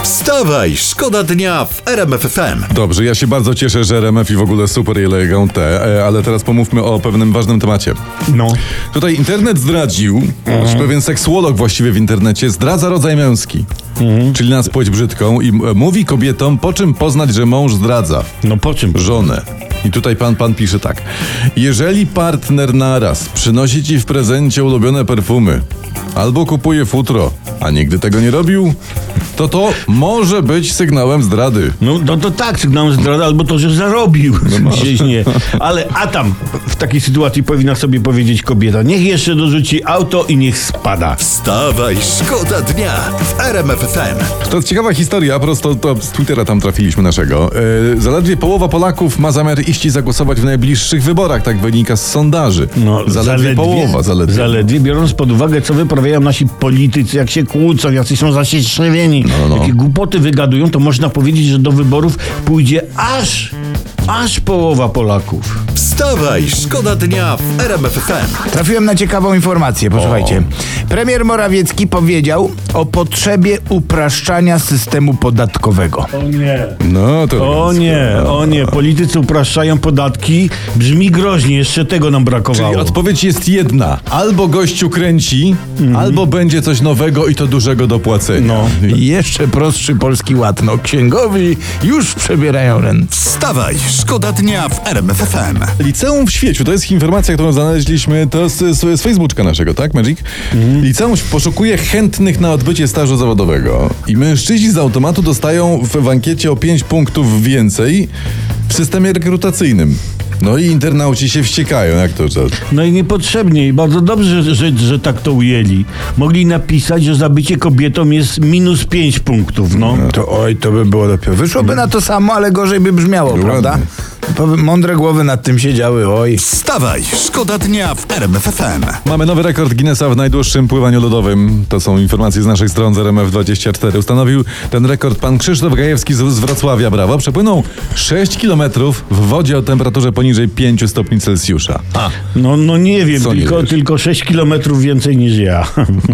Wstawaj, szkoda dnia w RMF FM. Dobrze, ja się bardzo cieszę, że RMF i w ogóle super je legą ale teraz pomówmy o pewnym ważnym temacie. No. Tutaj internet zdradził, czy pewien seksuolog właściwie w internecie zdradza rodzaj męski, czyli na płeć brzydką i mówi kobietom, po czym poznać, że mąż zdradza. No po czym? Żonę. I tutaj pan pisze tak. Jeżeli partner naraz przynosi ci w prezencie ulubione perfumy, albo kupuje futro, a nigdy tego nie robił, to może być sygnałem zdrady. No to tak, sygnałem zdrady, albo to, że zarobił. Nie. Ale tam w takiej sytuacji powinna sobie powiedzieć kobieta, niech jeszcze dorzuci auto i niech spada. Wstawaj, szkoda dnia w RMF FM. To jest ciekawa historia, prosto to z Twittera tam trafiliśmy naszego. Zaledwie połowa Polaków ma zamiar iść i zagłosować w najbliższych wyborach, tak wynika z sondaży. No, zaledwie połowa. Zaledwie, biorąc pod uwagę, co wyprawiają nasi politycy, jak się kłócą, jacy są zasietrzewieni, jakie głupoty wygadują, to można powiedzieć, że do wyborów pójdzie aż połowa Polaków. Wstawaj, szkoda dnia w RMF FM. Trafiłem na ciekawą informację, posłuchajcie. Premier Morawiecki powiedział o potrzebie upraszczania systemu podatkowego. O nie. No to O nie, politycy upraszczają podatki, brzmi groźnie, jeszcze tego nam brakowało. Czyli odpowiedź jest jedna. Albo gościu kręci, albo będzie coś nowego i to dużego do płacenia. No. I jeszcze prostszy polski ład. No, księgowi już przebierają ręce. Wstawaj, szkoda dnia w RMF FM. Liceum w Świeciu, to jest informacja, którą znaleźliśmy, to z Facebooka naszego, tak, Magic? Liceum poszukuje chętnych na odbycie stażu zawodowego i mężczyźni z automatu dostają w ankiecie o 5 punktów więcej w systemie rekrutacyjnym. No i internauci się wściekają, jak to? No i niepotrzebnie, i bardzo dobrze, że tak to ujęli. Mogli napisać, że za bycie kobietą jest minus 5 punktów, no. To by było dopiero. Wyszłoby na to samo, ale gorzej by brzmiało, prawda? Mądre głowy nad tym siedziały, oj. Wstawaj, szkoda dnia w RMF FM. Mamy nowy rekord Guinnessa w najdłuższym pływaniu lodowym. To są informacje z naszych stron z RMF24. Ustanowił ten rekord pan Krzysztof Gajewski z Wrocławia. Brawo. Przepłynął 6 kilometrów w wodzie o temperaturze poniżej 5 stopni Celsjusza. No nie wiem, Co tylko 6 kilometrów więcej niż ja.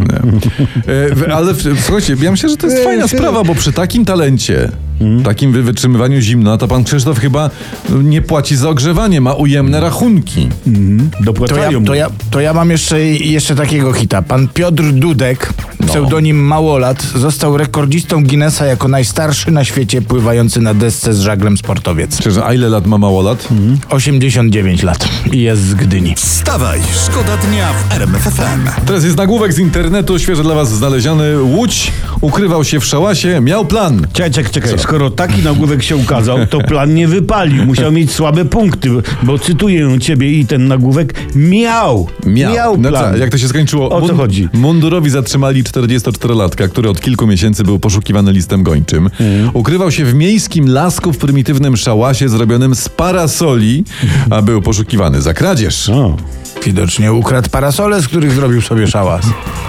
Ale słuchajcie, ja myślę, że to jest fajna sprawa, bo przy takim talencie, takim wytrzymywaniu zimna, to pan Krzysztof chyba nie płaci za ogrzewanie, ma ujemne rachunki. Dopłacają. To ja mam jeszcze takiego hita. Pan Piotr Dudek, pseudonim Małolat, został rekordzistą Guinnessa jako najstarszy na świecie pływający na desce z żaglem sportowiec. Szczerze, a ile lat ma Małolat? 89 lat i jest z Gdyni. Wstawaj, szkoda dnia w RMF FM. Teraz jest nagłówek z internetu, świeżo dla was znaleziony. Łódź ukrywał się w szałasie, miał plan. Czekaj. Skoro taki nagłówek się ukazał, to plan nie wypalił. Musiał mieć słabe punkty, bo cytuję ciebie i ten nagłówek miał plan. Jak to się skończyło? O co chodzi? Mundurowi zatrzymali 44-latka, który od kilku miesięcy był poszukiwany listem gończym. Ukrywał się w miejskim lasku w prymitywnym szałasie zrobionym z parasoli, a był poszukiwany za kradzież. Widocznie ukradł parasole, z których zrobił sobie szałas.